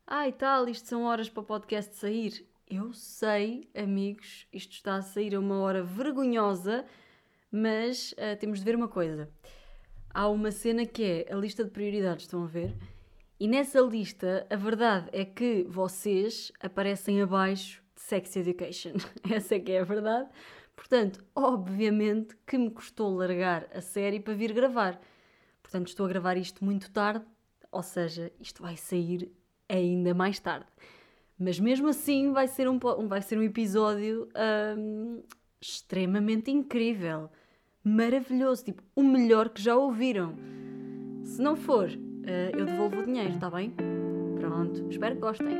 E tal, isto são horas para o podcast sair. Eu sei, amigos, isto está a sair a uma hora vergonhosa, mas temos de ver uma coisa. Há uma cena que é a lista de prioridades, estão a ver? E nessa lista, a verdade é que vocês aparecem abaixo de Sex Education. Essa é que é a verdade. Portanto, obviamente que me custou largar a série para vir gravar. Portanto, estou a gravar isto muito tarde, ou seja, isto vai sair ainda mais tarde. Mas mesmo assim vai ser um episódio extremamente incrível, maravilhoso, tipo, o melhor que já ouviram. Se não for, eu devolvo o dinheiro, está bem? Pronto, espero que gostem.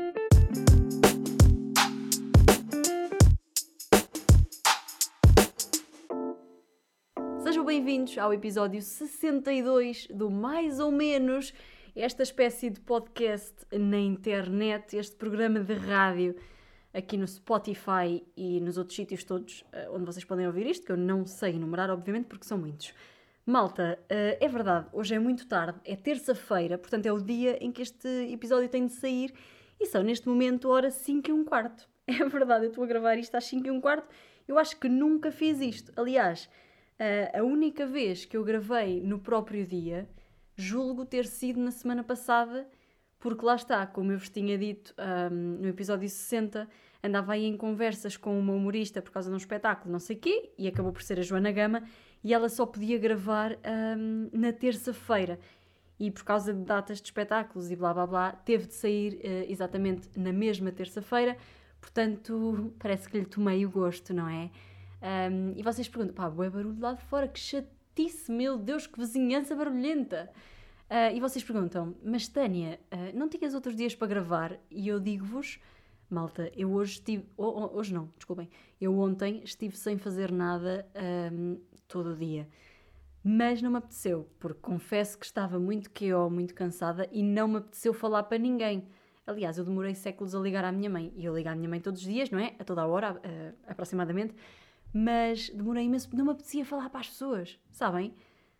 Sejam bem-vindos ao episódio 62 do Mais ou Menos, esta espécie de podcast na internet, este programa de rádio aqui no Spotify e nos outros sítios todos onde vocês podem ouvir isto, que eu não sei enumerar, obviamente, porque são muitos. Malta, é verdade, hoje é muito tarde, é terça-feira, portanto é o dia em que este episódio tem de sair e são neste momento horas 5:15. É verdade, eu estou a gravar isto às 5:15, eu acho que nunca fiz isto. Aliás, a única vez que eu gravei no próprio dia, julgo ter sido na semana passada, porque lá está, como eu vos tinha dito no episódio 60, andava aí em conversas com uma humorista por causa de um espetáculo, não sei o quê, e acabou por ser a Joana Gama, e ela só podia gravar na terça-feira. E por causa de datas de espetáculos e blá blá blá, teve de sair exatamente na mesma terça-feira, portanto, parece que lhe tomei o gosto, não é? E vocês perguntam, bué barulho lá de fora, que chatice, meu Deus, que vizinhança barulhenta. E vocês perguntam, mas Tânia, não tinhas outros dias para gravar? E eu digo-vos, malta, eu hoje estive, hoje não, desculpem, eu ontem estive sem fazer nada todo o dia. Mas não me apeteceu, porque confesso que estava muito QO, muito cansada e não me apeteceu falar para ninguém. Aliás, eu demorei séculos a ligar à minha mãe, e eu ligo à minha mãe todos os dias, não é? A toda a hora, aproximadamente. Mas demorei imenso, não me apetecia falar para as pessoas, sabem?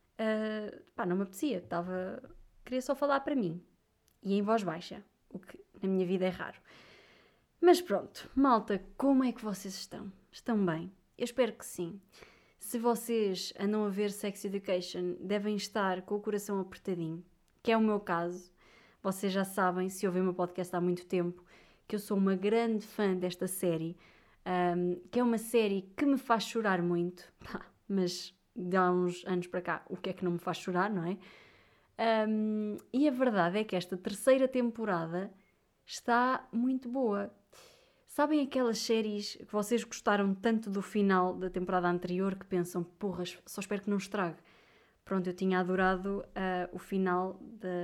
Não me apetecia, queria só falar para mim. E em voz baixa, o que na minha vida é raro. Mas pronto, malta, como é que vocês estão? Estão bem? Eu espero que sim. Se vocês andam a ver Sex Education, devem estar com o coração apertadinho, que é o meu caso. Vocês já sabem, se ouvem o meu podcast há muito tempo, que eu sou uma grande fã desta série, que é uma série que me faz chorar muito, mas de há uns anos para cá, o que é que não me faz chorar, não é? E a verdade é que esta terceira temporada está muito boa. Sabem aquelas séries que vocês gostaram tanto do final da temporada anterior que pensam, porra, só espero que não estrague. Pronto, eu tinha adorado o final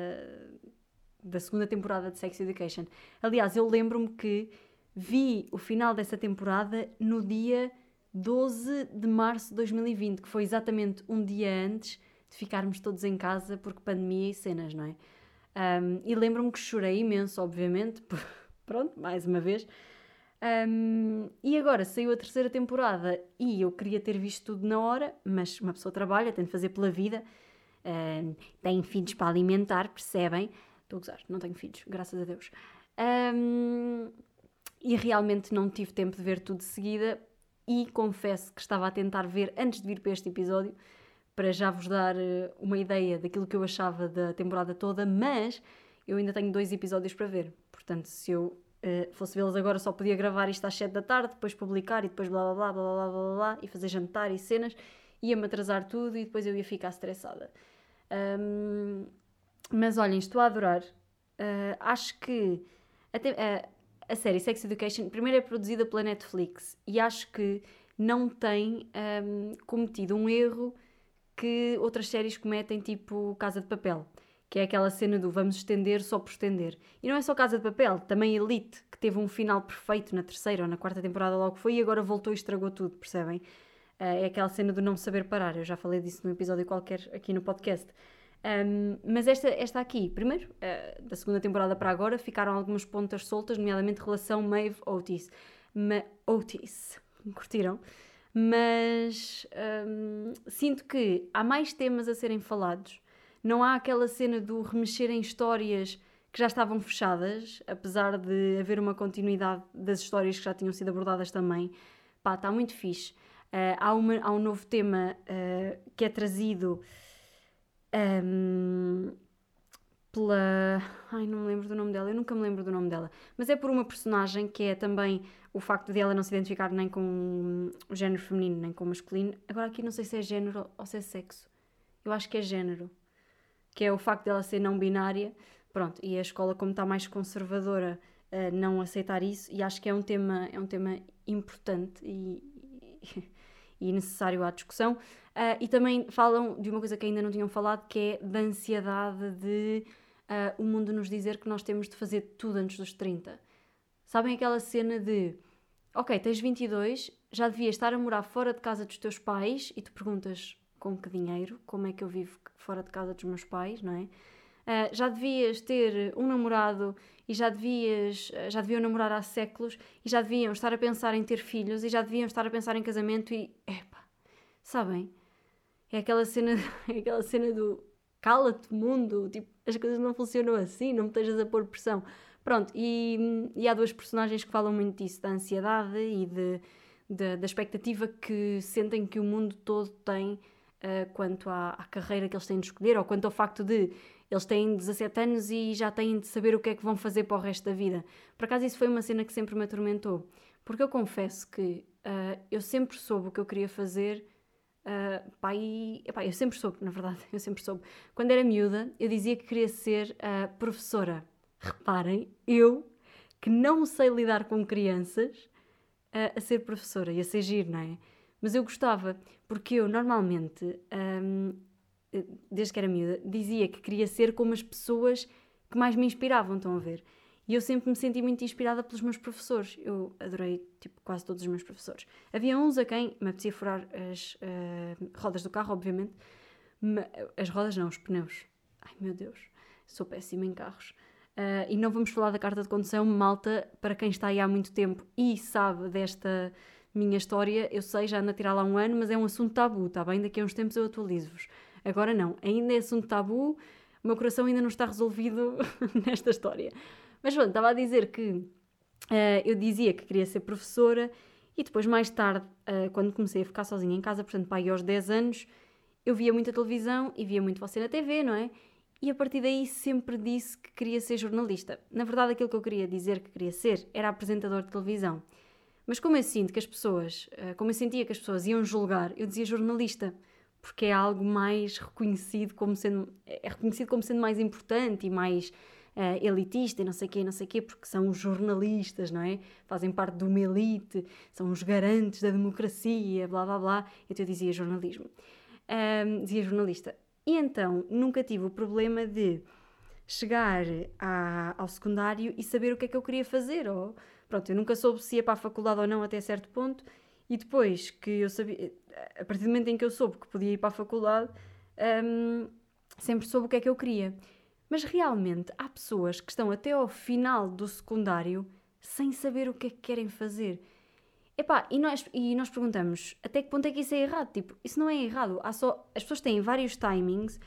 da segunda temporada de Sex Education. Aliás, eu lembro-me que vi o final dessa temporada no dia 12 de março de 2020, que foi exatamente um dia antes de ficarmos todos em casa, porque pandemia e cenas, não é? E lembro-me que chorei imenso, obviamente, pronto, mais uma vez. E agora saiu a terceira temporada e eu queria ter visto tudo na hora, mas uma pessoa trabalha, tem de fazer pela vida, tem filhos para alimentar, percebem? Estou a gozar, não tenho filhos, graças a Deus. E realmente não tive tempo de ver tudo de seguida e confesso que estava a tentar ver antes de vir para este episódio para já vos dar uma ideia daquilo que eu achava da temporada toda, mas eu ainda tenho 2 episódios para ver, portanto se eu fosse vê-los agora só podia gravar isto às 7 da tarde, depois publicar e depois blá blá blá blá blá blá blá e fazer jantar e cenas, ia-me atrasar tudo e depois eu ia ficar estressada. Mas olhem, estou a adorar. Acho que a série Sex Education, primeiro é produzida pela Netflix e acho que não tem cometido um erro que outras séries cometem, tipo Casa de Papel, que é aquela cena do vamos estender só por estender. E não é só Casa de Papel, também Elite, que teve um final perfeito na terceira ou na quarta temporada logo foi e agora voltou e estragou tudo, percebem? É aquela cena do não saber parar, eu já falei disso num episódio qualquer aqui no podcast. Mas esta aqui, primeiro, da segunda temporada para agora, ficaram algumas pontas soltas, nomeadamente relação Maeve-Otis. Otis, curtiram? Mas sinto que há mais temas a serem falados. Não há aquela cena do remexer em histórias que que já estavam fechadas, apesar de haver uma continuidade das histórias que já tinham sido abordadas também. Pá, está muito fixe. Há um novo tema que é trazido pela... Ai, não me lembro do nome dela, eu nunca me lembro do nome dela. Mas é por uma personagem que é também o facto de ela não se identificar nem com o género feminino, nem com o masculino. Agora aqui não sei se é género ou se é sexo. Eu acho que é género. Que é o facto dela ser não binária. Pronto, e a escola, como está mais conservadora, não aceitar isso. E acho que é um tema importante e necessário à discussão. E também falam de uma coisa que ainda não tinham falado, que é da ansiedade de o mundo nos dizer que nós temos de fazer tudo antes dos 30. Sabem aquela cena de, ok, tens 22, já devias estar a morar fora de casa dos teus pais, e tu perguntas com que dinheiro, como é que eu vivo fora de casa dos meus pais, não é? Já devias ter um namorado e já deviam namorar há séculos e já deviam estar a pensar em ter filhos e já deviam estar a pensar em casamento e, sabem? É aquela cena do cala-te mundo, tipo, as coisas não funcionam assim, não me estejas a pôr pressão. Pronto, e há duas personagens que falam muito disso, da ansiedade e da expectativa que sentem que o mundo todo tem quanto à carreira que eles têm de escolher, ou quanto ao facto de eles têm 17 anos e já têm de saber o que é que vão fazer para o resto da vida. Por acaso isso foi uma cena que sempre me atormentou, porque eu confesso que eu sempre soube o que eu queria fazer. Eu sempre soube, na verdade, eu sempre soube. Quando era miúda, eu dizia que queria ser professora. Reparem, eu que não sei lidar com crianças, a ser professora e a ser giro, não é? Mas eu gostava, porque eu normalmente, desde que era miúda, dizia que queria ser como as pessoas que mais me inspiravam, estão a ver? E eu sempre me senti muito inspirada pelos meus professores. Eu adorei, tipo, quase todos os meus professores. Havia uns a quem me apetecia furar as rodas do carro, obviamente. As rodas não, os pneus. Ai, meu Deus, sou péssima em carros. E não vamos falar da carta de condução, malta, para quem está aí há muito tempo e sabe desta minha história, eu sei, já ando a tirar lá um ano, mas é um assunto tabu, está bem? Daqui a uns tempos eu atualizo-vos. Agora não, ainda é assunto tabu, o meu coração ainda não está resolvido nesta história. Mas pronto, estava a dizer que eu dizia que queria ser professora e depois mais tarde, quando comecei a ficar sozinha em casa, portanto, pá, aí aos 10 anos, eu via muita televisão e via muito você na TV, não é? E a partir daí sempre disse que queria ser jornalista. Na verdade, aquilo que eu queria dizer que queria ser era apresentador de televisão. Mas como eu sentia que as pessoas iam julgar, eu dizia jornalista, porque é algo mais reconhecido como sendo mais importante e mais elitista e não sei quê, porque são os jornalistas, não é? Fazem parte de uma elite, são os garantes da democracia, blá blá blá. Então eu dizia jornalismo. Dizia jornalista. E então nunca tive o problema de chegar ao secundário e saber o que é que eu queria fazer. Pronto, eu nunca soube se ia para a faculdade ou não até certo ponto. E depois que eu sabia, a partir do momento em que eu soube que podia ir para a faculdade, sempre soube o que é que eu queria. Mas realmente há pessoas que estão até ao final do secundário sem saber o que é que querem fazer. E nós perguntamos, até que ponto é que isso é errado? Tipo, isso não é errado. As pessoas têm vários timings.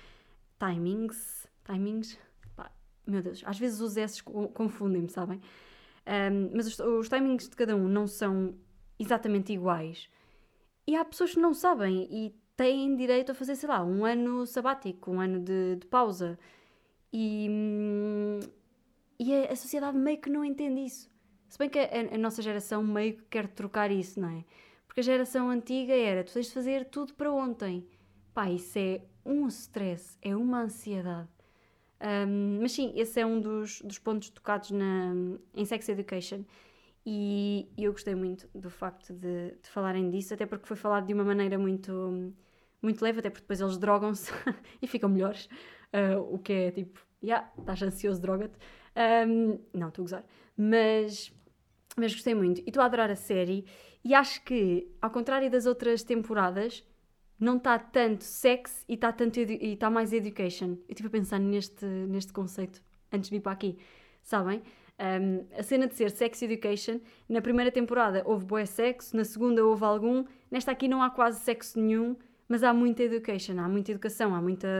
Pá, meu Deus, às vezes os S confundem-me, sabem? Mas os timings de cada um não são exatamente iguais. E há pessoas que não sabem e têm direito a fazer, sei lá, um ano sabático, um ano de pausa. E a sociedade meio que não entende isso. Se bem que a nossa geração meio que quer trocar isso, não é? Porque a geração antiga era, tu tens de fazer tudo para ontem. Pá, isso é um stress, é uma ansiedade. Mas sim, esse é um dos pontos tocados em Sex Education. E eu gostei muito do facto de falarem disso, até porque foi falado de uma maneira muito, muito leve, até porque depois eles drogam-se e ficam melhores. O que é tipo, estás ansioso, droga-te. Não, estou a gozar. Mas gostei muito. E estou a adorar a série. E acho que, ao contrário das outras temporadas, não está tanto sex e está mais education. Eu estive a pensar neste conceito antes de vir para aqui. Sabem? A cena de ser sex education, na primeira temporada houve bué sexo, na segunda houve algum, nesta aqui não há quase sexo nenhum, mas há muita education, há muita educação, há muita,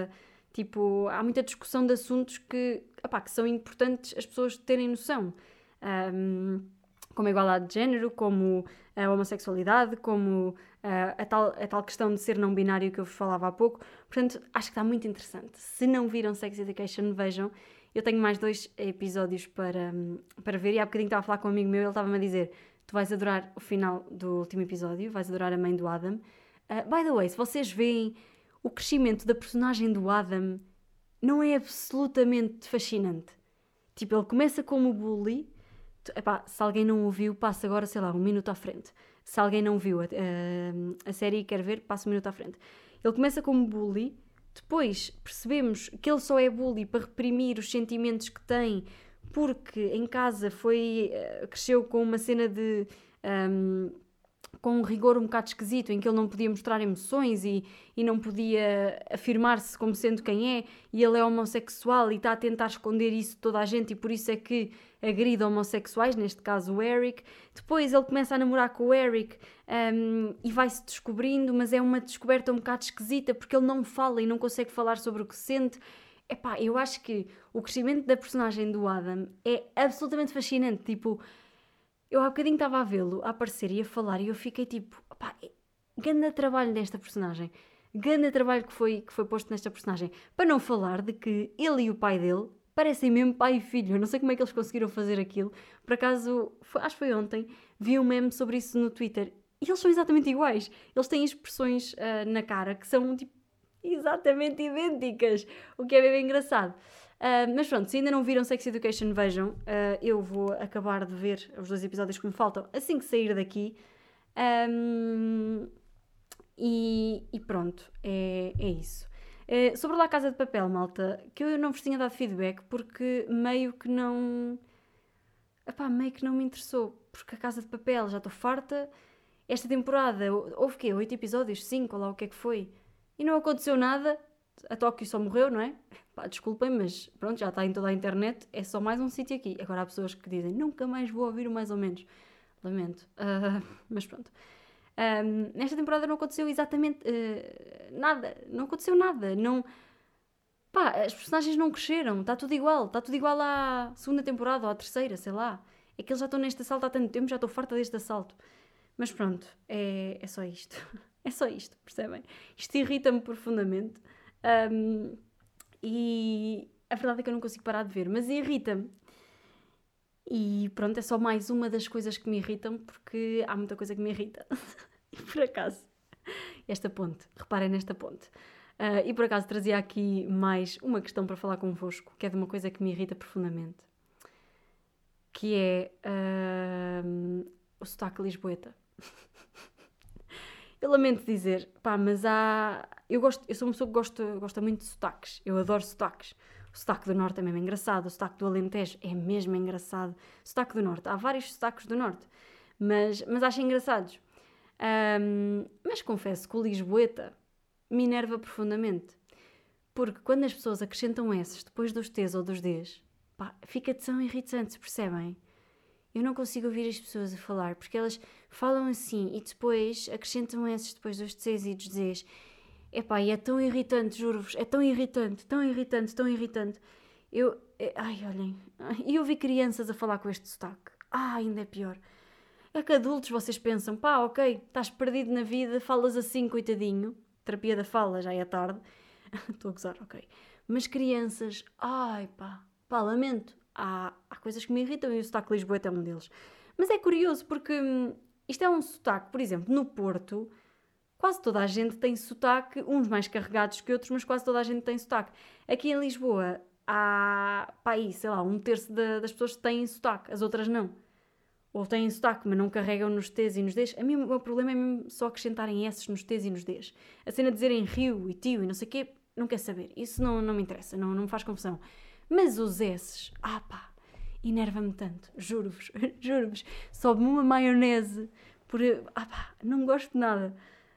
Tipo, há muita discussão de assuntos que são importantes as pessoas terem noção. Como a igualdade de género, como a homossexualidade, como a tal questão de ser não binário que eu vos falava há pouco. Portanto, acho que está muito interessante. Se não viram Sex Education, vejam. Eu tenho mais 2 episódios para ver, e há bocadinho estava a falar com um amigo meu, ele estava-me a dizer: tu vais adorar o final do último episódio, vais adorar a mãe do Adam. By the way, se vocês veem o crescimento da personagem do Adam, não é absolutamente fascinante. Tipo, ele começa como bully. Se alguém não o viu, passa agora, sei lá, 1 minuto à frente. Se alguém não viu a série e quer ver, passa 1 minuto à frente. Ele começa como bully, depois percebemos que ele só é bully para reprimir os sentimentos que tem, porque em casa cresceu com uma cena de... com um rigor um bocado esquisito, em que ele não podia mostrar emoções e não podia afirmar-se como sendo quem é, e ele é homossexual e está a tentar esconder isso de toda a gente, e por isso é que agride homossexuais, neste caso o Eric. Depois ele começa a namorar com o Eric e vai-se descobrindo, mas é uma descoberta um bocado esquisita, porque ele não fala e não consegue falar sobre o que sente. Eu acho que o crescimento da personagem do Adam é absolutamente fascinante. Tipo, eu há bocadinho estava a vê-lo, a aparecer e a falar, e eu fiquei tipo, grande trabalho desta personagem, grande trabalho que foi posto nesta personagem. Para não falar de que ele e o pai dele parecem mesmo pai e filho. Eu não sei como é que eles conseguiram fazer aquilo. Por acaso, acho que foi ontem, vi um meme sobre isso no Twitter, e eles são exatamente iguais. Eles têm expressões na cara que são tipo exatamente idênticas, o que é bem engraçado. Mas pronto, se ainda não viram Sex Education, vejam. Eu vou acabar de ver os 2 episódios que me faltam assim que sair daqui. E pronto, é isso. Sobre La Casa de Papel, malta, que eu não vos tinha dado feedback porque meio que não me interessou. Porque a Casa de Papel, já estou farta. Esta temporada, houve quê? 8 episódios? 5, ou lá o que é que foi? E não aconteceu nada. A Tóquio só morreu, não é? Desculpem, mas pronto, já está em toda a internet. É só mais um sítio aqui. Agora há pessoas que dizem, nunca mais vou ouvir o mais ou menos. Lamento. Mas pronto. Nesta temporada não aconteceu exatamente nada. Não aconteceu nada. Não... as personagens não cresceram. Está tudo igual. Está tudo igual à 2ª temporada ou à 3ª, sei lá. É que eles já estão neste assalto há tanto tempo, já estou farta deste assalto. Mas pronto, é só isto. É só isto, percebem? Isto irrita-me profundamente. E a verdade é que eu não consigo parar de ver, mas irrita-me. E pronto, é só mais uma das coisas que me irritam, porque há muita coisa que me irrita. E por acaso, esta ponte, reparem nesta ponte. E por acaso trazia aqui mais uma questão para falar convosco, que é de uma coisa que me irrita profundamente, que é o sotaque lisboeta. Eu lamento dizer, mas eu sou uma pessoa que gosta muito de sotaques. Eu adoro sotaques. O sotaque do Norte é mesmo engraçado. O sotaque do Alentejo é mesmo engraçado. O sotaque do Norte. Há vários sotaques do Norte. Mas acho engraçados. Mas confesso que o lisboeta me enerva profundamente. Porque quando as pessoas acrescentam S's depois dos T's ou dos D's, fica tão irritante, percebem? Eu não consigo ouvir as pessoas a falar, porque elas falam assim e depois acrescentam esses depois dos T's e dos Z's. E é tão irritante, juro-vos, é tão irritante, tão irritante, tão irritante. Olhem, e eu vi crianças a falar com este sotaque. Ainda é pior. É que adultos vocês pensam, ok, estás perdido na vida, falas assim, coitadinho. Terapia da fala, já é tarde. Estou a gozar, ok. Mas crianças, lamento. Há coisas que me irritam e o sotaque lisboeta é um deles. Mas é curioso porque isto é um sotaque, por exemplo, no Porto, quase toda a gente tem sotaque, uns mais carregados que outros, mas quase toda a gente tem sotaque. Aqui em Lisboa há, sei lá, 1/3 das pessoas têm sotaque, as outras não. Ou têm sotaque, mas não carregam nos T's e nos D's. A mim o meu problema é mesmo só acrescentarem S's nos T's e nos D's. A cena de dizerem rio e tio e não sei o quê, não quer saber. Isso não me interessa, não me faz confusão. Mas os S's, enerva-me tanto, juro-vos, juro-vos. Sobe-me uma maionese, não gosto de nada.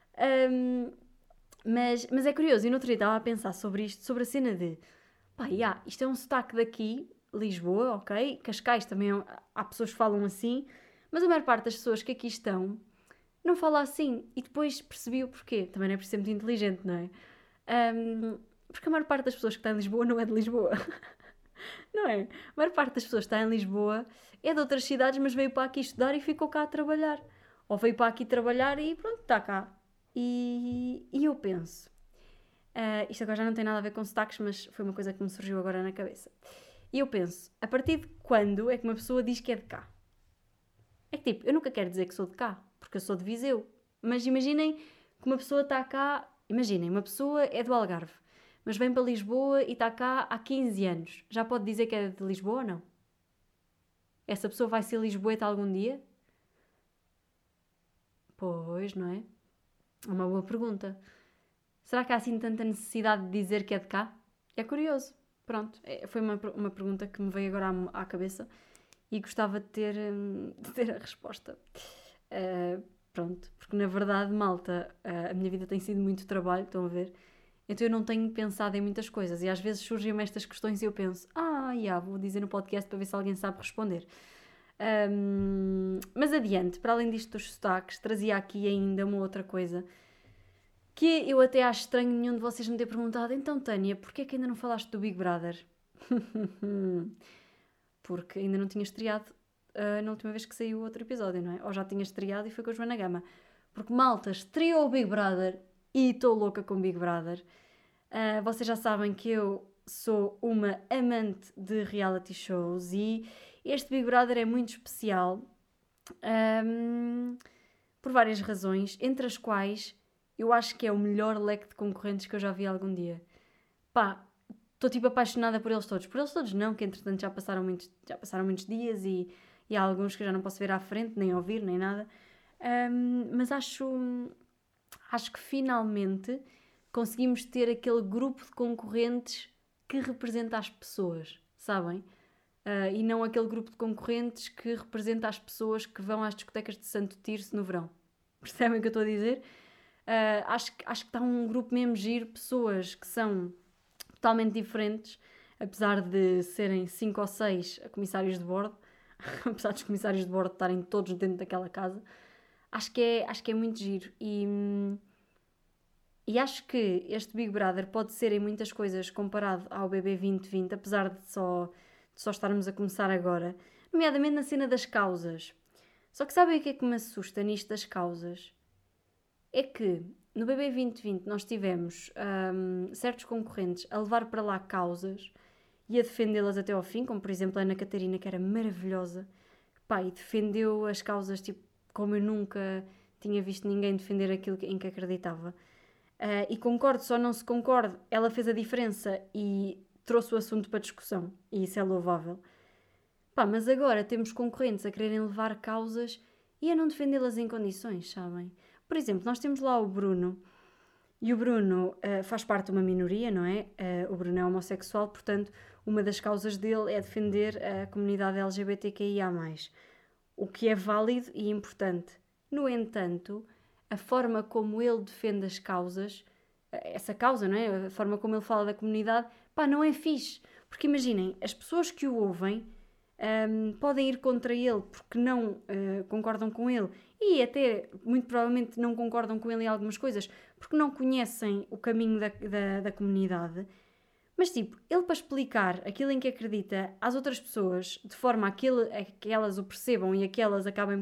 Mas é curioso, e no outro dia estava a pensar sobre isto, sobre a cena de, isto é um sotaque daqui, Lisboa, ok, Cascais também, há pessoas que falam assim, mas a maior parte das pessoas que aqui estão não fala assim, e depois percebi o porquê, também não é por ser muito inteligente, não é? Porque a maior parte das pessoas que está em Lisboa não é de Lisboa. Não é? A maior parte das pessoas que está em Lisboa é de outras cidades, mas veio para aqui estudar e ficou cá a trabalhar. Ou veio para aqui trabalhar e pronto, está cá. E eu penso, isto agora já não tem nada a ver com sotaques, mas foi uma coisa que me surgiu agora na cabeça. E eu penso, a partir de quando é que uma pessoa diz que é de cá? É que tipo, eu nunca quero dizer que sou de cá, porque eu sou de Viseu. Mas imaginem que uma pessoa está cá, imaginem, uma pessoa é do Algarve, mas vem para Lisboa e está cá há 15 anos. Já pode dizer que é de Lisboa ou não? Essa pessoa vai ser lisboeta algum dia? Pois, não é? É uma boa pergunta. Será que há assim tanta necessidade de dizer que é de cá? É curioso. Pronto, foi uma pergunta que me veio agora à cabeça e gostava de ter a resposta. Pronto, porque na verdade, malta, a minha vida tem sido muito trabalho, estão a ver? Então eu não tenho pensado em muitas coisas e às vezes surgem-me estas questões e eu penso, vou dizer no podcast para ver se alguém sabe responder. Mas adiante, para além disto dos sotaques, trazia aqui ainda uma outra coisa que eu até acho estranho nenhum de vocês me ter perguntado. Então, Tânia, porquê é que ainda não falaste do Big Brother? Porque ainda não tinha estreado na última vez que saiu o outro episódio, não é? Ou já tinha estreado e foi com a Joana Gama. Porque, malta, estreou o Big Brother e estou louca com o Big Brother. Vocês já sabem que eu sou uma amante de reality shows e este Big Brother é muito especial por várias razões, entre as quais eu acho que é o melhor leque de concorrentes que eu já vi algum dia. Pá, estou tipo apaixonada por eles todos. Por eles todos não, que entretanto já passaram muitos dias e há alguns que eu já não posso ver à frente, nem ouvir, nem nada. Mas acho que finalmente conseguimos ter aquele grupo de concorrentes que representa as pessoas, sabem? E não aquele grupo de concorrentes que representa as pessoas que vão às discotecas de Santo Tirso no verão. Percebem o que eu estou a dizer? Acho que está um grupo mesmo giro, pessoas que são totalmente diferentes, apesar de serem 5 ou 6 comissários de bordo, apesar dos comissários de bordo estarem todos dentro daquela casa. Acho que é muito giro e acho que este Big Brother pode ser em muitas coisas comparado ao BB 2020, apesar de só estarmos a começar agora, nomeadamente na cena das causas. Só que sabem o que é que me assusta nisto das causas? É que no BB 2020 nós tivemos certos concorrentes a levar para lá causas e a defendê-las até ao fim, como por exemplo a Ana Catarina, que era maravilhosa, e defendeu as causas tipo como eu nunca tinha visto ninguém defender aquilo em que acreditava. E concordo, só não se concorde, ela fez a diferença e trouxe o assunto para discussão, e isso é louvável. Mas agora temos concorrentes a quererem levar causas e a não defendê-las em condições, sabem? Por exemplo, nós temos lá o Bruno, e o Bruno faz parte de uma minoria, não é? O Bruno é homossexual, portanto, uma das causas dele é defender a comunidade LGBTQIA+, o que é válido e importante. No entanto, a forma como ele defende as causas, essa causa, não é? A forma como ele fala da comunidade, não é fixe. Porque imaginem, as pessoas que o ouvem podem ir contra ele porque não concordam com ele e até, muito provavelmente, não concordam com ele em algumas coisas porque não conhecem o caminho da comunidade. Mas, tipo, ele para explicar aquilo em que acredita às outras pessoas de forma a que elas o percebam e a que elas acabem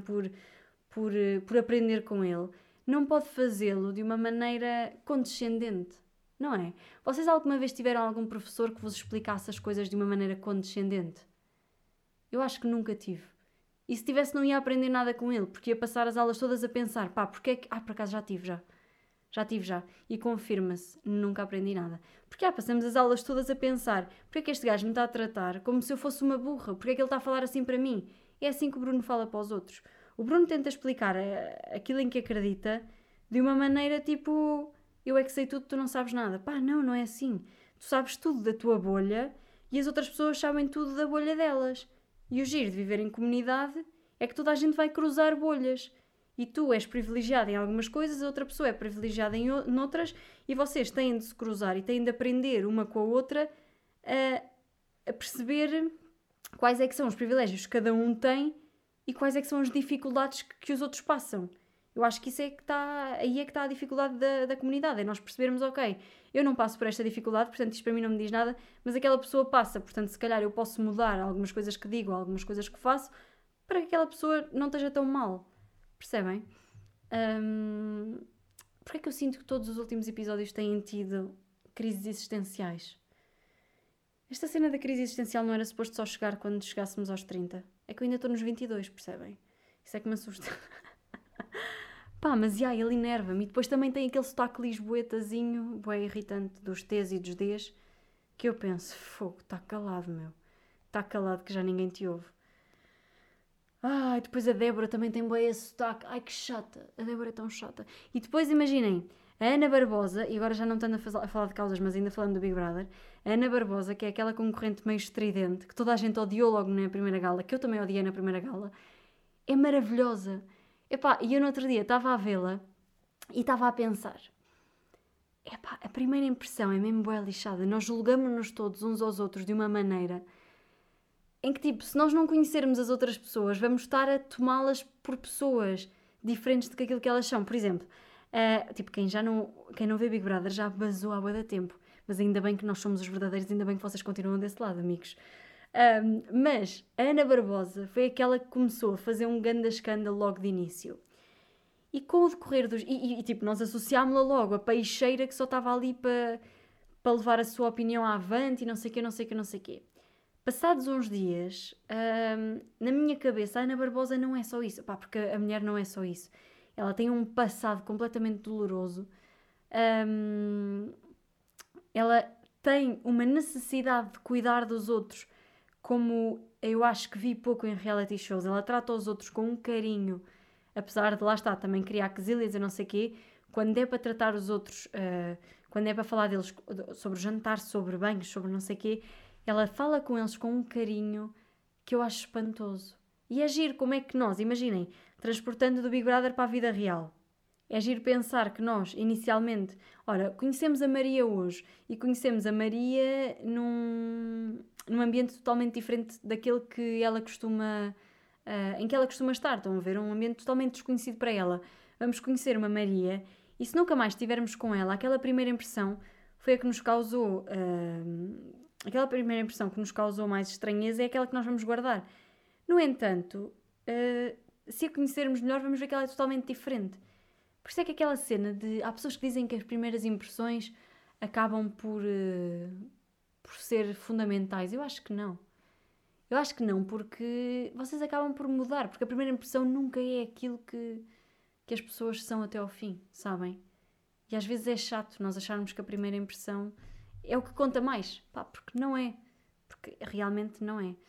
por aprender com ele, não pode fazê-lo de uma maneira condescendente, não é? Vocês alguma vez tiveram algum professor que vos explicasse as coisas de uma maneira condescendente? Eu acho que nunca tive. E se tivesse não ia aprender nada com ele, porque ia passar as aulas todas a pensar, porque é que... por acaso já tive. E confirma-se, nunca aprendi nada. Porque passamos as aulas todas a pensar, porque é que este gajo me está a tratar como se eu fosse uma burra? Porque é que ele está a falar assim para mim? É assim que o Bruno fala para os outros. O Bruno tenta explicar aquilo em que acredita de uma maneira tipo, eu é que sei tudo, tu não sabes nada. Não é assim. Tu sabes tudo da tua bolha e as outras pessoas sabem tudo da bolha delas. E o giro de viver em comunidade é que toda a gente vai cruzar bolhas. E tu és privilegiada em algumas coisas, a outra pessoa é privilegiada em outras, e vocês têm de se cruzar e têm de aprender uma com a outra a perceber quais é que são os privilégios que cada um tem e quais é que são as dificuldades que os outros passam. Eu acho que isso aí é que está a dificuldade da comunidade, é nós percebermos, ok, eu não passo por esta dificuldade, portanto isto para mim não me diz nada, mas aquela pessoa passa, portanto se calhar eu posso mudar algumas coisas que digo, algumas coisas que faço, para que aquela pessoa não esteja tão mal. Percebem? Porque é que eu sinto que todos os últimos episódios têm tido crises existenciais? Esta cena da crise existencial não era suposto só chegar quando chegássemos aos 30. É que eu ainda estou nos 22, percebem? Isso é que me assusta. Pá, mas ele enerva-me. E depois também tem aquele sotaque lisboetazinho, bem irritante, dos T's e dos D's, que eu penso, fogo, está calado, meu. Está calado que já ninguém te ouve. Ai, depois a Débora também tem bem esse sotaque. Ai, que chata. A Débora é tão chata. E depois, imaginem, a Ana Barbosa, e agora já não estando a falar de causas, mas ainda falando do Big Brother, a Ana Barbosa, que é aquela concorrente meio estridente, que toda a gente odiou logo na primeira gala, que eu também odiei na primeira gala, é maravilhosa. Epá, e eu no outro dia estava a vê-la e estava a pensar, epá, a primeira impressão é mesmo bué lixada. Nós julgamos-nos todos uns aos outros de uma maneira em que, tipo, se nós não conhecermos as outras pessoas, vamos estar a tomá-las por pessoas diferentes do que aquilo que elas são. Por exemplo, tipo, quem não vê Big Brother já basou há bué de tempo. Mas ainda bem que nós somos os verdadeiros, ainda bem que vocês continuam desse lado, amigos. Mas a Ana Barbosa foi aquela que começou a fazer um grande escândalo logo de início. E com o decorrer dos... tipo, nós associámos-la logo a peixeira que só estava ali para levar a sua opinião avante e não sei o quê, não sei o quê, não sei o quê. Passados uns dias, na minha cabeça, a Ana Barbosa não é só isso. Pá, porque a mulher não é só isso. Ela tem um passado completamente doloroso. Ela tem uma necessidade de cuidar dos outros, como eu acho que vi pouco em reality shows. Ela trata os outros com um carinho, apesar de, lá está, também criar quesilhas e não sei o quê. Quando é para tratar os outros, quando é para falar deles sobre jantar, sobre banhos, sobre não sei o quê, ela fala com eles com um carinho que eu acho espantoso. E é giro como é que nós, imaginem, transportando do Big Brother para a vida real. É giro pensar que nós, inicialmente, ora, conhecemos a Maria hoje e conhecemos a Maria num ambiente totalmente diferente daquele que ela costuma, em que ela costuma estar. Estão a ver? Um ambiente totalmente desconhecido para ela. Vamos conhecer uma Maria e se nunca mais estivermos com ela, aquela primeira impressão foi a que nos causou... aquela primeira impressão que nos causou mais estranheza é aquela que nós vamos guardar. No entanto, se a conhecermos melhor, vamos ver que ela é totalmente diferente. Por isso é que aquela cena de... Há pessoas que dizem que as primeiras impressões acabam por ser fundamentais. Eu acho que não. Eu acho que não, porque vocês acabam por mudar. Porque a primeira impressão nunca é aquilo que as pessoas são até ao fim, sabem? E às vezes é chato nós acharmos que a primeira impressão é o que conta mais. Pá, porque não é. Porque realmente não é.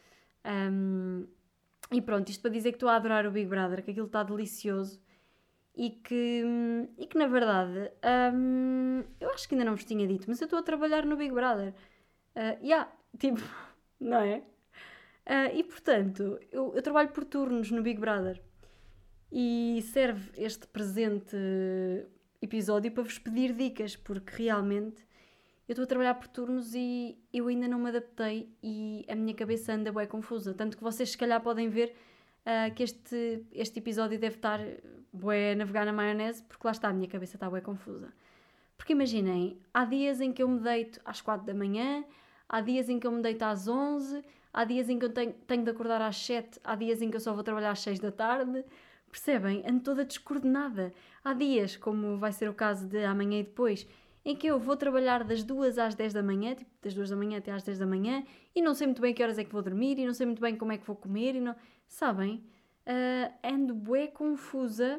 E pronto, isto para dizer que estou a adorar o Big Brother, que aquilo está delicioso. E que na verdade, eu acho que ainda não vos tinha dito, mas eu estou a trabalhar no Big Brother. Tipo, não é? E portanto, eu trabalho por turnos no Big Brother. E serve este presente episódio para vos pedir dicas, porque realmente eu estou a trabalhar por turnos e eu ainda não me adaptei e a minha cabeça anda bem confusa. Tanto que vocês se calhar podem ver que este episódio deve estar bué a navegar na maionese, porque lá está, a minha cabeça está bué confusa. Porque imaginem, há dias em que eu me deito às 4 da manhã, há dias em que eu me deito às 11, há dias em que eu tenho de acordar às 7, há dias em que eu só vou trabalhar às 6 da tarde. Percebem? Ando toda descoordenada. Há dias, como vai ser o caso de amanhã e depois, em que eu vou trabalhar das 2 às 10 da manhã, tipo, das 2 da manhã até às 10 da manhã, e não sei muito bem que horas é que vou dormir, e não sei muito bem como é que vou comer, e não... Sabem? Ando bué confusa,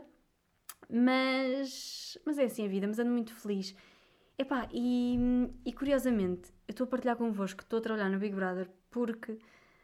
mas é assim a vida, mas ando muito feliz. Epá, e curiosamente, eu estou a partilhar convosco que estou a trabalhar no Big Brother porque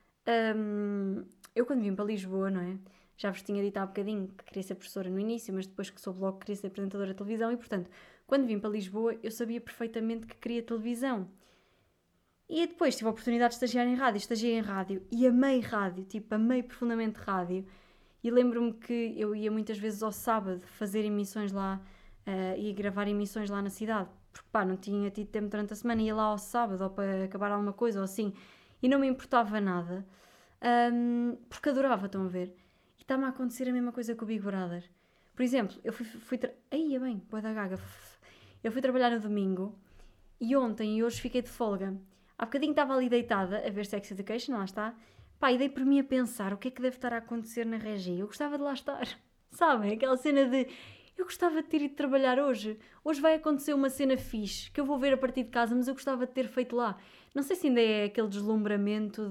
eu quando vim para Lisboa, não é? Já vos tinha dito há bocadinho que queria ser professora no início, mas depois que soube logo que queria ser apresentadora de televisão e, portanto, quando vim para Lisboa, eu sabia perfeitamente que queria televisão. E depois tive a oportunidade de estagiei em rádio e amei rádio, tipo, amei profundamente rádio. E lembro-me que eu ia muitas vezes ao sábado fazer emissões lá e gravar emissões lá na cidade, porque pá, não tinha tido tempo durante a semana, ia lá ao sábado ou para acabar alguma coisa ou assim, e não me importava nada, porque adorava, estão a ver? E está-me a acontecer a mesma coisa com o Big Brother. Por exemplo, eu bué da gaga. Eu fui trabalhar no domingo e ontem e hoje fiquei de folga. Há bocadinho estava ali deitada a ver Sex Education, lá está. Pá, e dei por mim a pensar o que é que deve estar a acontecer na Regi. Eu gostava de lá estar. Sabem? Aquela cena de... Eu gostava de ter ido trabalhar hoje. Hoje vai acontecer uma cena fixe que eu vou ver a partir de casa, mas eu gostava de ter feito lá. Não sei se ainda é aquele deslumbramento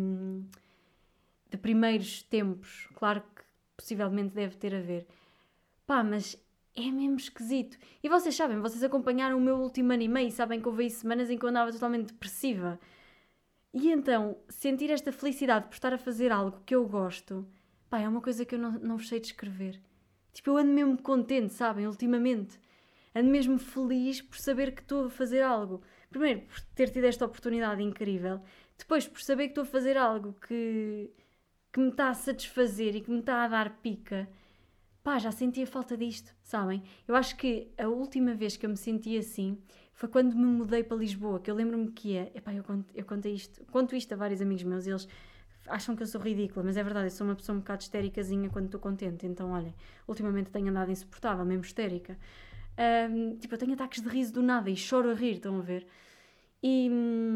de primeiros tempos. Claro que possivelmente deve ter a ver. Pá, mas é mesmo esquisito. E vocês sabem, vocês acompanharam o meu último ano e meio e sabem que houve aí semanas em que eu andava totalmente depressiva. E então, sentir esta felicidade por estar a fazer algo que eu gosto, pá, é uma coisa que eu não vos sei descrever. Tipo, eu ando mesmo contente, sabem, ultimamente. Ando mesmo feliz por saber que estou a fazer algo. Primeiro, por ter tido esta oportunidade incrível. Depois, por saber que estou a fazer algo que me está a satisfazer e que me está a dar pica. Pá, já sentia falta disto, sabem? Eu acho que a última vez que eu me senti assim foi quando me mudei para Lisboa, que eu lembro-me que ia... Epá, eu conto isto a vários amigos meus e eles acham que eu sou ridícula, mas é verdade, eu sou uma pessoa um bocado histéricazinha quando estou contente, então olhem, ultimamente tenho andado insuportável, mesmo histérica. Tipo, eu tenho ataques de riso do nada e choro a rir, estão a ver? E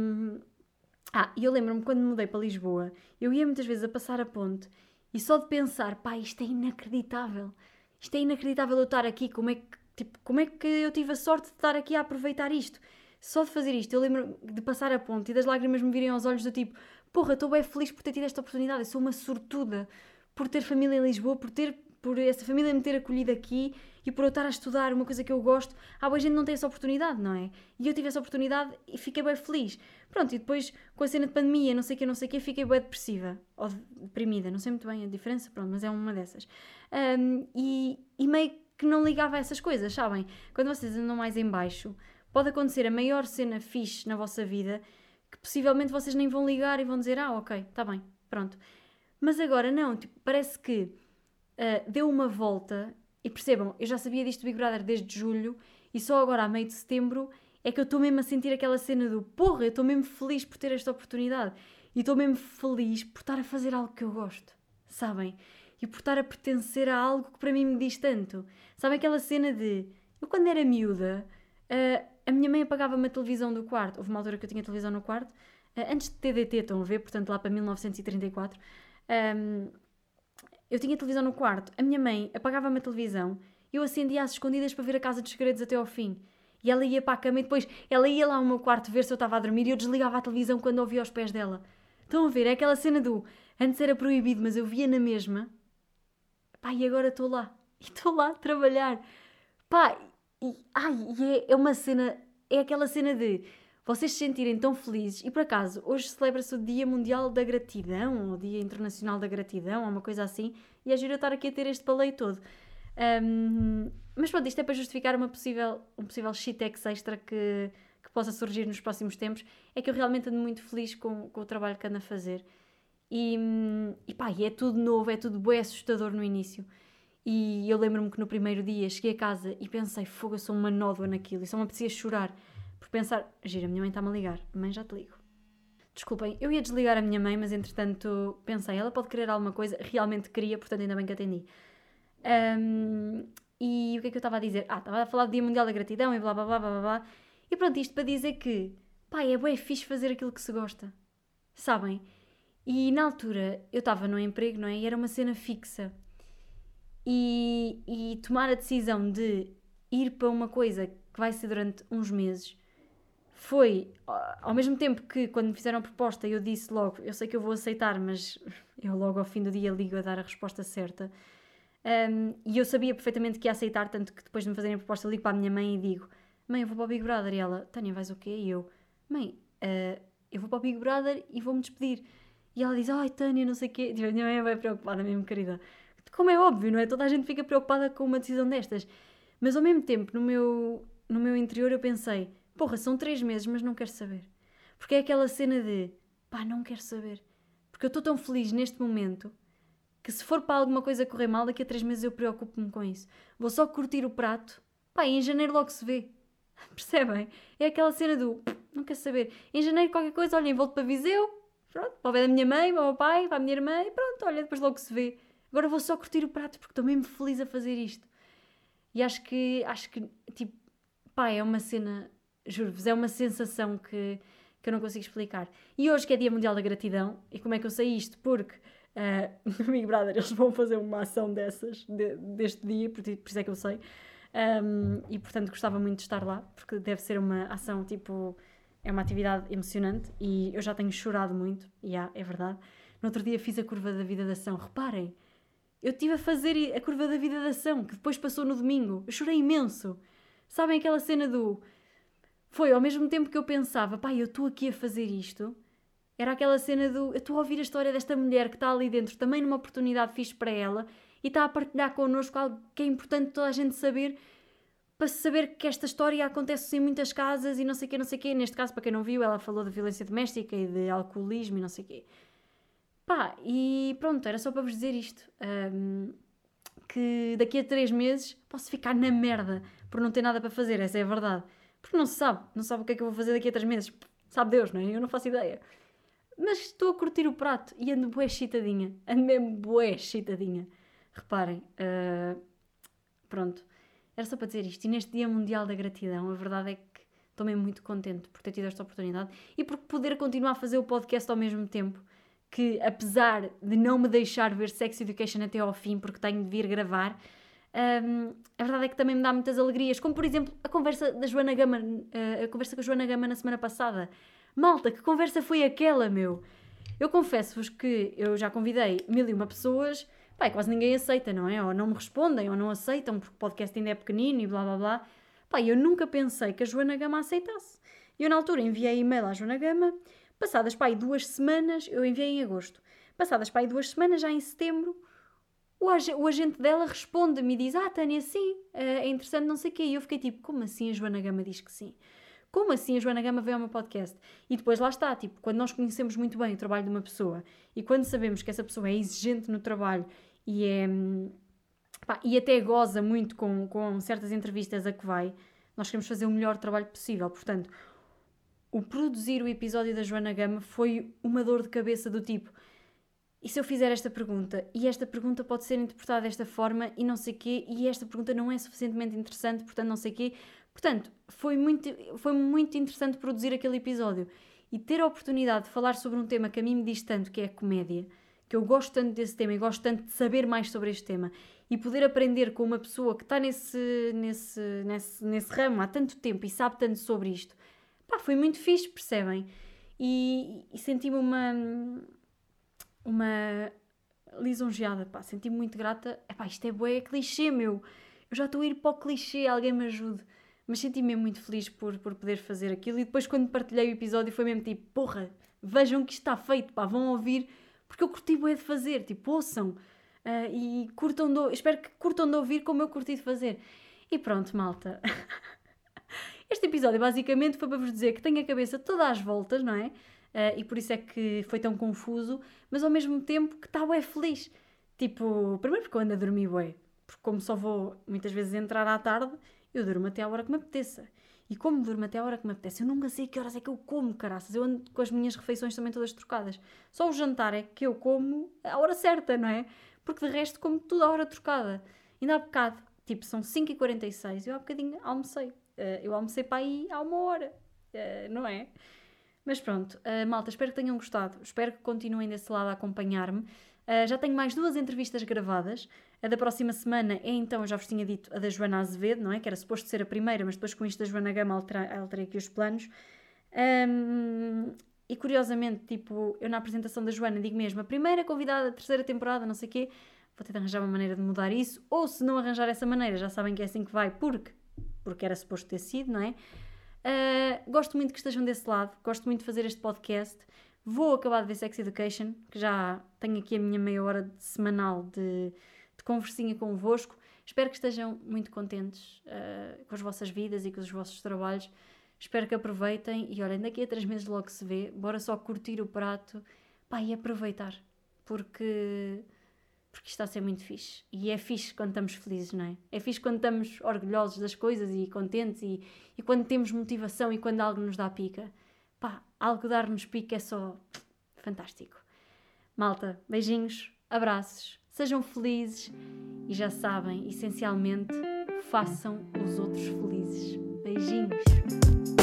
eu lembro-me quando me mudei para Lisboa, eu ia muitas vezes a passar a ponte e só de pensar, pá, isto é inacreditável. Isto é inacreditável eu estar aqui, como é que eu tive a sorte de estar aqui a aproveitar isto? Só de fazer isto, eu lembro de passar a ponte e das lágrimas me virem aos olhos do tipo, porra, estou bem feliz por ter tido esta oportunidade, eu sou uma sortuda por ter família em Lisboa, por essa família me ter acolhido aqui e por eu estar a estudar uma coisa que eu gosto. Há boa gente que não tem essa oportunidade, não é? E eu tive essa oportunidade e fiquei bem feliz. Pronto, e depois com a cena de pandemia, não sei o que, fiquei bem depressiva. Ou deprimida, não sei muito bem a diferença, pronto, mas é uma dessas. E meio que não ligava a essas coisas, sabem? Quando vocês andam mais em baixo, pode acontecer a maior cena fixe na vossa vida que possivelmente vocês nem vão ligar e vão dizer, ok, está bem, pronto. Mas agora não, tipo, parece que deu uma volta e percebam, eu já sabia disto do Big Brother desde julho e só agora a meio de setembro é que eu estou mesmo a sentir aquela cena do porra, eu estou mesmo feliz por ter esta oportunidade e estou mesmo feliz por estar a fazer algo que eu gosto, sabem? E por estar a pertencer a algo que para mim me diz tanto. Sabem aquela cena de, eu quando era miúda, a minha mãe apagava-me a televisão do quarto, houve uma altura que eu tinha televisão no quarto, antes de TDT, estão a ver, portanto lá para 1934, eu tinha televisão no quarto, a minha mãe apagava-me a televisão, eu acendia às escondidas para ver a Casa dos Segredos até ao fim. E ela ia para a cama e depois ela ia lá ao meu quarto ver se eu estava a dormir e eu desligava a televisão quando ouvia aos pés dela. Estão a ver? É aquela cena do antes era proibido, mas eu via na mesma. Pá, e agora estou lá. E estou lá a trabalhar. Pá, é uma cena... É aquela cena de vocês se sentirem tão felizes. E por acaso, hoje celebra-se o Dia Mundial da Gratidão, ou Dia Internacional da Gratidão, ou uma coisa assim. E é giro eu estar aqui a ter este paleio todo. Mas pronto, isto é para justificar um possível shitex extra que possa surgir nos próximos tempos. É que eu realmente ando muito feliz com o trabalho que ando a fazer. E é tudo novo, é tudo bem assustador no início. E eu lembro-me que no primeiro dia cheguei a casa e pensei, fogo, eu sou uma nódoa naquilo. E só me apetecia chorar. Por pensar, gira, a minha mãe está-me a ligar. Mãe, já te ligo. Desculpem, eu ia desligar a minha mãe, mas entretanto pensei, ela pode querer alguma coisa. Realmente queria, portanto ainda bem que atendi. E o que é que eu estava a dizer? Estava a falar do Dia Mundial da Gratidão e blá blá blá blá blá. E pronto, isto para dizer que, é bué fixe fazer aquilo que se gosta. Sabem? E na altura eu estava no emprego, não é? E era uma cena fixa. E tomar a decisão de ir para uma coisa que vai ser durante uns meses foi, ao mesmo tempo que quando me fizeram a proposta eu disse logo, eu sei que eu vou aceitar, mas eu logo ao fim do dia ligo a dar a resposta certa. E eu sabia perfeitamente que ia aceitar, tanto que depois de me fazerem a proposta eu ligo para a minha mãe e digo, mãe, eu vou para o Big Brother. E ela, Tânia, vais o quê? E eu, mãe, eu vou para o Big Brother e vou-me despedir. E ela diz, ai Tânia, não sei o quê. Tipo, a minha mãe é bem preocupada mesmo, querida. Como é óbvio, não é? Toda a gente fica preocupada com uma decisão destas. Mas ao mesmo tempo, no meu interior eu pensei, porra, são 3 meses, mas não quero saber. Porque é aquela cena de, não quero saber. Porque eu estou tão feliz neste momento que se for para alguma coisa correr mal, daqui a 3 meses eu preocupo-me com isso. Vou só curtir o prato, e em janeiro logo se vê. Percebem? É aquela cena do, não quero saber. Em janeiro qualquer coisa, olhem, volto para Viseu, pronto, para o pé da minha mãe, para o meu pai, para a minha irmã, e pronto, olha, depois logo se vê. Agora vou só curtir o prato porque estou mesmo feliz a fazer isto. E acho que tipo, pá, é uma cena, juro-vos, é uma sensação que eu não consigo explicar. E hoje que é Dia Mundial da Gratidão, e como é que eu sei isto? Porque no Big Brother eles vão fazer uma ação dessas, deste dia, por isso é que eu sei. E portanto gostava muito de estar lá, porque deve ser uma ação, tipo, é uma atividade emocionante e eu já tenho chorado muito, e é verdade. No outro dia fiz a curva da vida da ação, reparem, eu estive a fazer a curva da vida da ação, que depois passou no domingo, eu chorei imenso. Sabem aquela cena do... Foi ao mesmo tempo que eu pensava, pá, eu estou aqui a fazer isto, era aquela cena do... Eu estou a ouvir a história desta mulher que está ali dentro, também numa oportunidade fixe para ela, e está a partilhar connosco algo que é importante toda a gente saber, para saber que esta história acontece em muitas casas e não sei o quê. Neste caso, para quem não viu, ela falou de violência doméstica e de alcoolismo e não sei o quê. Pá, e pronto, era só para vos dizer isto. Que daqui a 3 meses posso ficar na merda por não ter nada para fazer, essa é a verdade. Porque não se sabe o que é que eu vou fazer daqui a 3 meses. Sabe Deus, não é? Eu não faço ideia. Mas estou a curtir o prato e ando bué excitadinha. Ando mesmo bué excitadinha. Reparem, pronto. Era só para dizer isto. E neste Dia Mundial da Gratidão, a verdade é que estou mesmo muito contente por ter tido esta oportunidade e por poder continuar a fazer o podcast ao mesmo tempo. Que, apesar de não me deixar ver Sex Education até ao fim, porque tenho de vir gravar, a verdade é que também me dá muitas alegrias. Como, por exemplo, a conversa da Joana Gama, a conversa com a Joana Gama na semana passada. Malta, que conversa foi aquela, meu? Eu confesso-vos que eu já convidei 1001 pessoas, pá, quase ninguém aceita, não é? Ou não me respondem, ou não aceitam, porque o podcast ainda é pequenino e blá blá blá. Pá, eu nunca pensei que a Joana Gama aceitasse. Eu, na altura, enviei e-mail à Joana Gama, passadas, pá, 2 semanas, eu enviei em agosto, passadas, pá, 2 semanas, já em setembro, o agente dela responde-me e diz, Tânia, sim, é interessante, não sei o quê. E eu fiquei tipo, como assim a Joana Gama diz que sim? Como assim a Joana Gama veio ao meu podcast? E depois lá está, tipo, quando nós conhecemos muito bem o trabalho de uma pessoa e quando sabemos que essa pessoa é exigente no trabalho e e até goza muito com certas entrevistas a que vai, nós queremos fazer o melhor trabalho possível. Portanto, o produzir o episódio da Joana Gama foi uma dor de cabeça do tipo, e se eu fizer esta pergunta? E esta pergunta pode ser interpretada desta forma e não sei quê, e esta pergunta não é suficientemente interessante, portanto não sei quê. Portanto, foi muito interessante produzir aquele episódio e ter a oportunidade de falar sobre um tema que a mim me diz tanto, que é a comédia, que eu gosto tanto desse tema e gosto tanto de saber mais sobre este tema e poder aprender com uma pessoa que está nesse ramo há tanto tempo e sabe tanto sobre isto. Pá, foi muito fixe, percebem? E senti-me uma lisonjeada, pá, senti-me muito grata. Epá, isto é bué clichê, meu. Eu já estou a ir para o clichê, alguém me ajude. Mas senti-me mesmo muito feliz por poder fazer aquilo. E depois, quando partilhei o episódio, foi mesmo tipo, porra, vejam que isto está feito, pá, vão ouvir, porque eu curti bué de fazer, tipo, ouçam. E espero que curtam de ouvir como eu curti de fazer. E pronto, malta. Este episódio basicamente foi para vos dizer que tenho a cabeça toda às voltas, não é? E por isso é que foi tão confuso, mas ao mesmo tempo que está bué feliz. Tipo, primeiro porque eu ando a dormir bué, porque como só vou muitas vezes entrar à tarde, eu durmo até à hora que me apeteça. E como durmo até à hora que me apetece, eu nunca sei que horas é que eu como, caraças. Eu ando com as minhas refeições também todas trocadas. Só o jantar é que eu como à hora certa, não é? Porque de resto como tudo à hora trocada. Ainda há bocado, tipo, são 5h46, eu há bocadinho almocei. Eu almocei para aí há 1 hora, não é? Mas pronto, malta, espero que tenham gostado. Espero que continuem desse lado a acompanhar-me. Já tenho mais 2 entrevistas gravadas. A da próxima semana é então, eu já vos tinha dito, a da Joana Azevedo, não é? Que era suposto ser a primeira, mas depois com isto da Joana Gama alterei aqui os planos. E curiosamente, tipo, eu na apresentação da Joana digo mesmo, a primeira convidada da 3ª temporada, não sei o quê. Vou tentar arranjar uma maneira de mudar isso. Ou se não arranjar essa maneira, já sabem que é assim que vai, porque era suposto ter sido, não é? Gosto muito que estejam desse lado, gosto muito de fazer este podcast. Vou acabar de ver Sex Education, que já tenho aqui a minha meia hora semanal de conversinha convosco. Espero que estejam muito contentes com as vossas vidas e com os vossos trabalhos. Espero que aproveitem e olhem, daqui a 3 meses logo se vê. Bora só curtir o prato, pá, e aproveitar, porque isto está a ser muito fixe. E é fixe quando estamos felizes, não é? É fixe quando estamos orgulhosos das coisas e contentes e quando temos motivação e quando algo nos dá pica. Pá, algo dar-nos pica é só fantástico. Malta, beijinhos, abraços, sejam felizes e já sabem, essencialmente, façam os outros felizes. Beijinhos!